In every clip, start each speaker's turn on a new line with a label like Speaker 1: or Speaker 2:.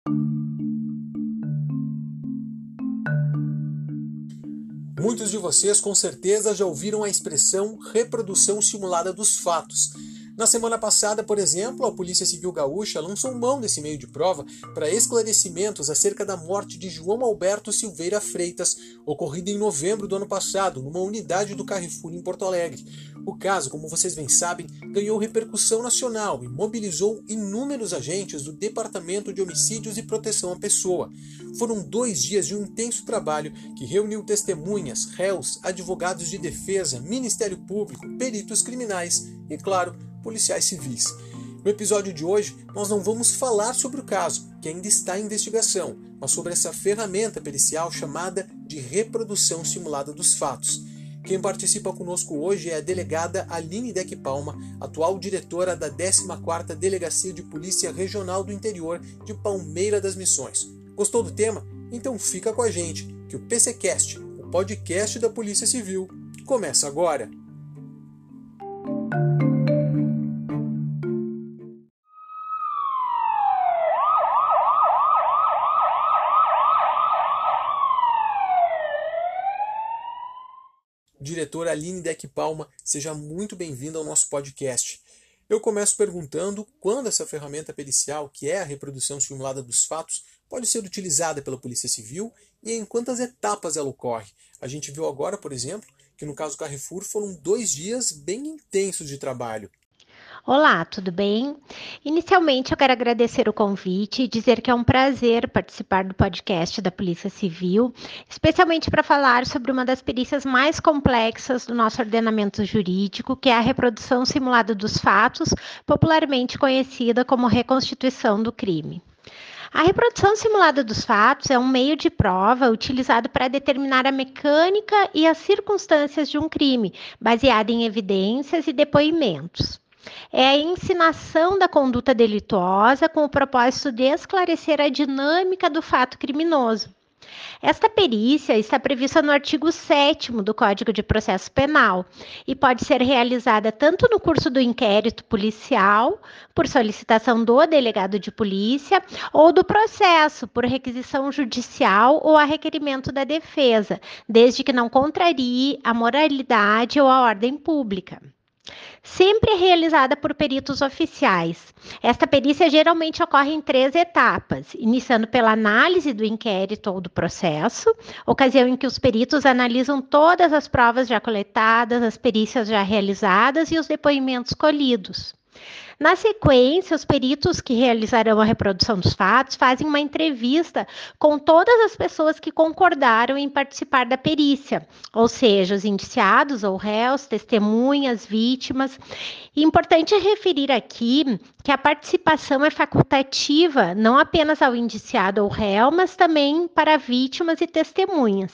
Speaker 1: Muitos de vocês com certeza já ouviram a expressão reprodução simulada dos fatos. Na semana passada, por exemplo, a Polícia Civil Gaúcha lançou mão desse meio de prova para esclarecimentos acerca da morte de João Alberto Silveira Freitas, ocorrida em novembro do ano passado, numa unidade do Carrefour em Porto Alegre. O caso, como vocês bem sabem, ganhou repercussão nacional e mobilizou inúmeros agentes do Departamento de Homicídios e Proteção à Pessoa. Foram 2 dias de um intenso trabalho que reuniu testemunhas, réus, advogados de defesa, Ministério Público, peritos criminais e, claro, policiais civis. No episódio de hoje, nós não vamos falar sobre o caso, que ainda está em investigação, mas sobre essa ferramenta pericial chamada de reprodução simulada dos fatos. Quem participa conosco hoje é a delegada Aline Deck Palma, atual diretora da 14ª Delegacia de Polícia Regional do Interior de Palmeira das Missões. Gostou do tema? Então fica com a gente, que o PCcast, o podcast da Polícia Civil, começa agora. Diretora Aline Deck Palma, seja muito bem-vinda ao nosso podcast. Eu começo perguntando quando essa ferramenta pericial, que é a reprodução simulada dos fatos, pode ser utilizada pela Polícia Civil e em quantas etapas ela ocorre. A gente viu agora, por exemplo, que no caso Carrefour foram 2 dias bem intensos de trabalho.
Speaker 2: Olá, tudo bem? Inicialmente, eu quero agradecer o convite e dizer que é um prazer participar do podcast da Polícia Civil, especialmente para falar sobre uma das perícias mais complexas do nosso ordenamento jurídico, que é a reprodução simulada dos fatos, popularmente conhecida como reconstituição do crime. A reprodução simulada dos fatos é um meio de prova utilizado para determinar a mecânica e as circunstâncias de um crime, baseado em evidências e depoimentos. É a ensinação da conduta delituosa com o propósito de esclarecer a dinâmica do fato criminoso. Esta perícia está prevista no artigo 7º do Código de Processo Penal e pode ser realizada tanto no curso do inquérito policial, por solicitação do delegado de polícia, ou do processo, por requisição judicial ou a requerimento da defesa, desde que não contrarie a moralidade ou a ordem pública. Sempre é realizada por peritos oficiais. Esta perícia geralmente ocorre em 3 etapas, iniciando pela análise do inquérito ou do processo, ocasião em que os peritos analisam todas as provas já coletadas, as perícias já realizadas e os depoimentos colhidos. Na sequência, os peritos que realizarão a reprodução dos fatos fazem uma entrevista com todas as pessoas que concordaram em participar da perícia, ou seja, os indiciados ou réus, testemunhas, vítimas. E importante referir aqui que a participação é facultativa, não apenas ao indiciado ou réu, mas também para vítimas e testemunhas.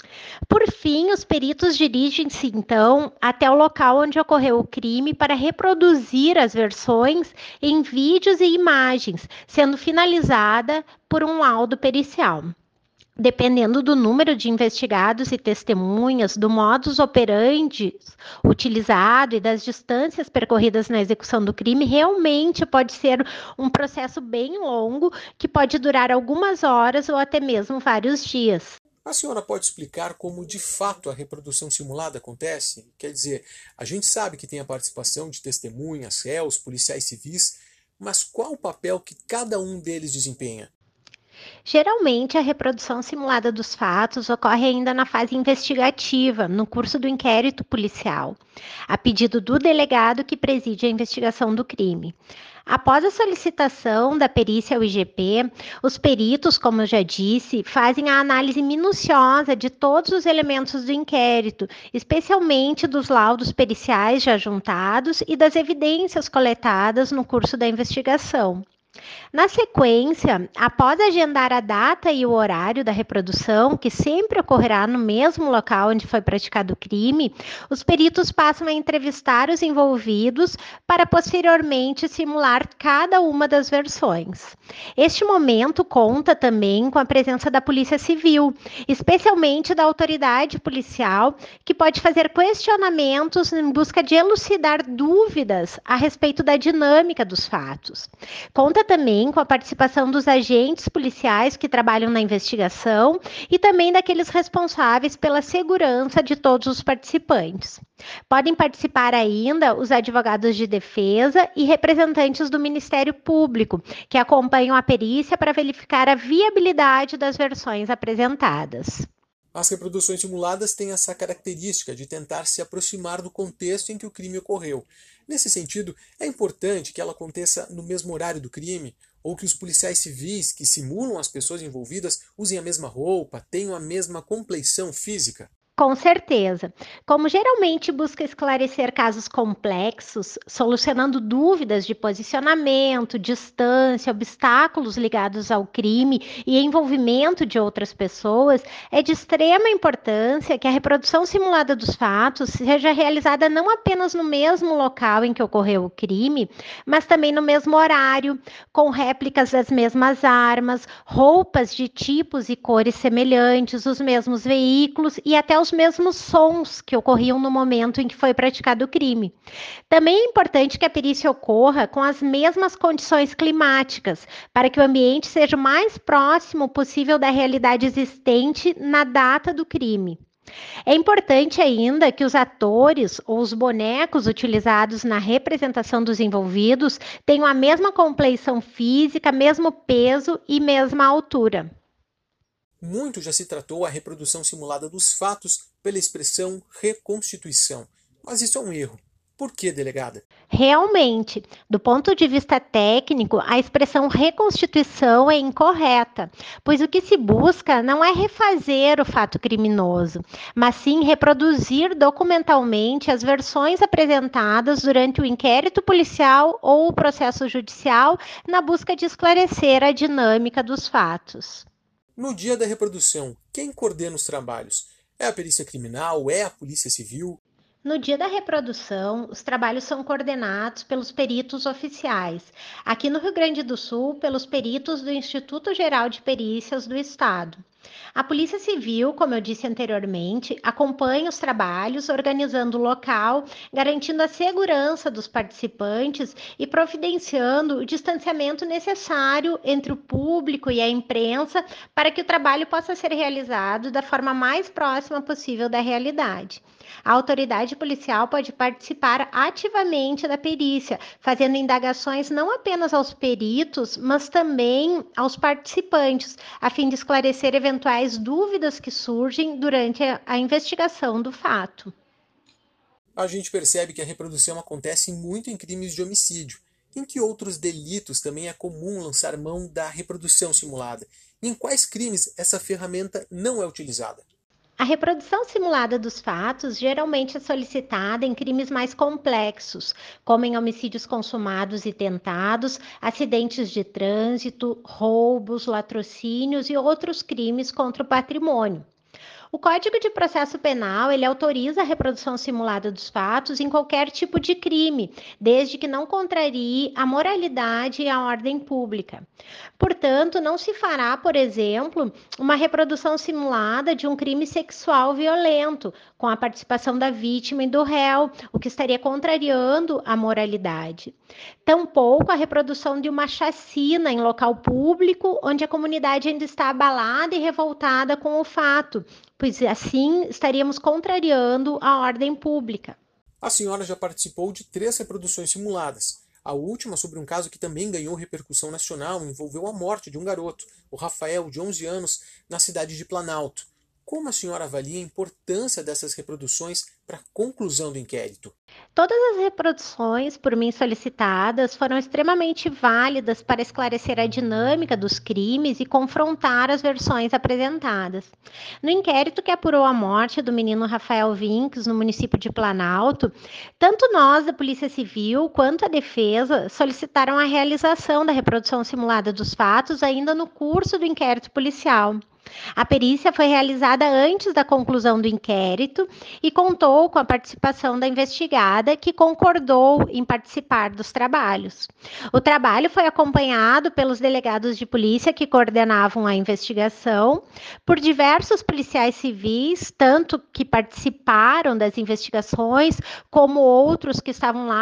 Speaker 2: Por fim, os peritos dirigem-se, então, até o local onde ocorreu o crime para reproduzir as versões em vídeos e imagens, sendo finalizada por um laudo pericial. Dependendo do número de investigados e testemunhas, do modus operandi utilizado e das distâncias percorridas na execução do crime, realmente pode ser um processo bem longo, que pode durar algumas horas ou até mesmo vários dias.
Speaker 1: A senhora pode explicar como de fato a reprodução simulada acontece? Quer dizer, a gente sabe que tem a participação de testemunhas, réus, policiais civis, mas qual o papel que cada um deles desempenha?
Speaker 2: Geralmente, a reprodução simulada dos fatos ocorre ainda na fase investigativa, no curso do inquérito policial, a pedido do delegado que preside a investigação do crime. Após a solicitação da perícia ao IGP, os peritos, como eu já disse, fazem a análise minuciosa de todos os elementos do inquérito, especialmente dos laudos periciais já juntados e das evidências coletadas no curso da investigação. Na sequência, após agendar a data e o horário da reprodução, que sempre ocorrerá no mesmo local onde foi praticado o crime, os peritos passam a entrevistar os envolvidos para posteriormente simular cada uma das versões. Este momento conta também com a presença da Polícia Civil, especialmente da autoridade policial, que pode fazer questionamentos em busca de elucidar dúvidas a respeito da dinâmica dos fatos. Conta conta também com a participação dos agentes policiais que trabalham na investigação e também daqueles responsáveis pela segurança de todos os participantes. Podem participar ainda os advogados de defesa e representantes do Ministério Público, que acompanham a perícia para verificar a viabilidade das versões apresentadas.
Speaker 1: As reproduções simuladas têm essa característica de tentar se aproximar do contexto em que o crime ocorreu. Nesse sentido, é importante que ela aconteça no mesmo horário do crime, ou que os policiais civis que simulam as pessoas envolvidas usem a mesma roupa, tenham a mesma compleição física.
Speaker 2: Com certeza. Como geralmente busca esclarecer casos complexos, solucionando dúvidas de posicionamento, distância, obstáculos ligados ao crime e envolvimento de outras pessoas, é de extrema importância que a reprodução simulada dos fatos seja realizada não apenas no mesmo local em que ocorreu o crime, mas também no mesmo horário, com réplicas das mesmas armas, roupas de tipos e cores semelhantes, os mesmos veículos e até os mesmos sons que ocorriam no momento em que foi praticado o crime. Também é importante que a perícia ocorra com as mesmas condições climáticas, para que o ambiente seja o mais próximo possível da realidade existente na data do crime. É importante ainda que os atores ou os bonecos utilizados na representação dos envolvidos tenham a mesma compleição física, mesmo peso e mesma altura.
Speaker 1: Muito já se tratou a reprodução simulada dos fatos pela expressão reconstituição. Mas isso é um erro. Por que, delegada?
Speaker 2: Realmente, do ponto de vista técnico, a expressão reconstituição é incorreta, pois o que se busca não é refazer o fato criminoso, mas sim reproduzir documentalmente as versões apresentadas durante o inquérito policial ou o processo judicial na busca de esclarecer a dinâmica dos fatos.
Speaker 1: No dia da reprodução, quem coordena os trabalhos? É a perícia criminal? É a polícia civil?
Speaker 2: No dia da reprodução, os trabalhos são coordenados pelos peritos oficiais. Aqui no Rio Grande do Sul, pelos peritos do Instituto Geral de Perícias do Estado. A Polícia Civil, como eu disse anteriormente, acompanha os trabalhos, organizando o local, garantindo a segurança dos participantes e providenciando o distanciamento necessário entre o público e a imprensa para que o trabalho possa ser realizado da forma mais próxima possível da realidade. A autoridade policial pode participar ativamente da perícia, fazendo indagações não apenas aos peritos, mas também aos participantes, a fim de esclarecer eventuais dúvidas que surgem durante a investigação do fato.
Speaker 1: A gente percebe que a reprodução acontece muito em crimes de homicídio. Em que outros delitos também é comum lançar mão da reprodução simulada? E em quais crimes essa ferramenta não é utilizada?
Speaker 2: A reprodução simulada dos fatos geralmente é solicitada em crimes mais complexos, como em homicídios consumados e tentados, acidentes de trânsito, roubos, latrocínios e outros crimes contra o patrimônio. O Código de Processo Penal, ele autoriza a reprodução simulada dos fatos em qualquer tipo de crime, desde que não contrarie a moralidade e a ordem pública. Portanto, não se fará, por exemplo, uma reprodução simulada de um crime sexual violento, com a participação da vítima e do réu, o que estaria contrariando a moralidade. Tampouco a reprodução de uma chacina em local público, onde a comunidade ainda está abalada e revoltada com o fato, pois assim estaríamos contrariando a ordem pública.
Speaker 1: A senhora já participou de 3 reproduções simuladas. A última, sobre um caso que também ganhou repercussão nacional, envolveu a morte de um garoto, o Rafael, de 11 anos, na cidade de Planalto. Como a senhora avalia a importância dessas reproduções para a conclusão do inquérito?
Speaker 2: Todas as reproduções por mim solicitadas foram extremamente válidas para esclarecer a dinâmica dos crimes e confrontar as versões apresentadas. No inquérito que apurou a morte do menino Rafael Vinques, no município de Planalto, tanto nós da Polícia Civil quanto a defesa solicitaram a realização da reprodução simulada dos fatos ainda no curso do inquérito policial. A perícia foi realizada antes da conclusão do inquérito e contou com a participação da investigada, que concordou em participar dos trabalhos. O trabalho foi acompanhado pelos delegados de polícia que coordenavam a investigação, por diversos policiais civis, tanto que participaram das investigações, como outros que estavam lá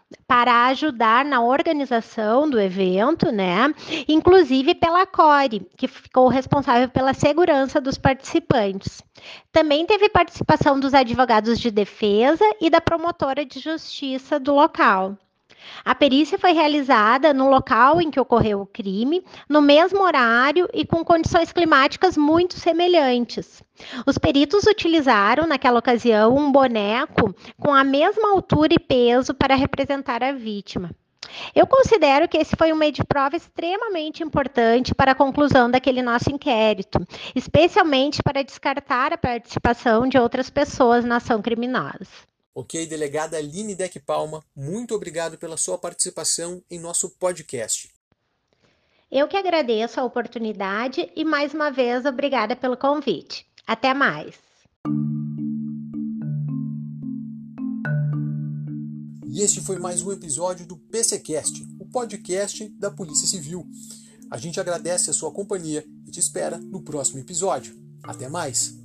Speaker 2: para ajudar na organização do evento, né? Inclusive pela CORE, que ficou responsável pela segurança dos participantes. Também teve participação dos advogados de defesa e da promotora de justiça do local. A perícia foi realizada no local em que ocorreu o crime, no mesmo horário e com condições climáticas muito semelhantes. Os peritos utilizaram, naquela ocasião, um boneco com a mesma altura e peso para representar a vítima. Eu considero que esse foi um meio de prova extremamente importante para a conclusão daquele nosso inquérito, especialmente para descartar a participação de outras pessoas na ação criminosa.
Speaker 1: Ok, delegada Aline Deck Palma, muito obrigado pela sua participação em nosso podcast.
Speaker 2: Eu que agradeço a oportunidade e, mais uma vez, obrigada pelo convite. Até mais!
Speaker 1: E este foi mais um episódio do PCcast, o podcast da Polícia Civil. A gente agradece a sua companhia e te espera no próximo episódio. Até mais!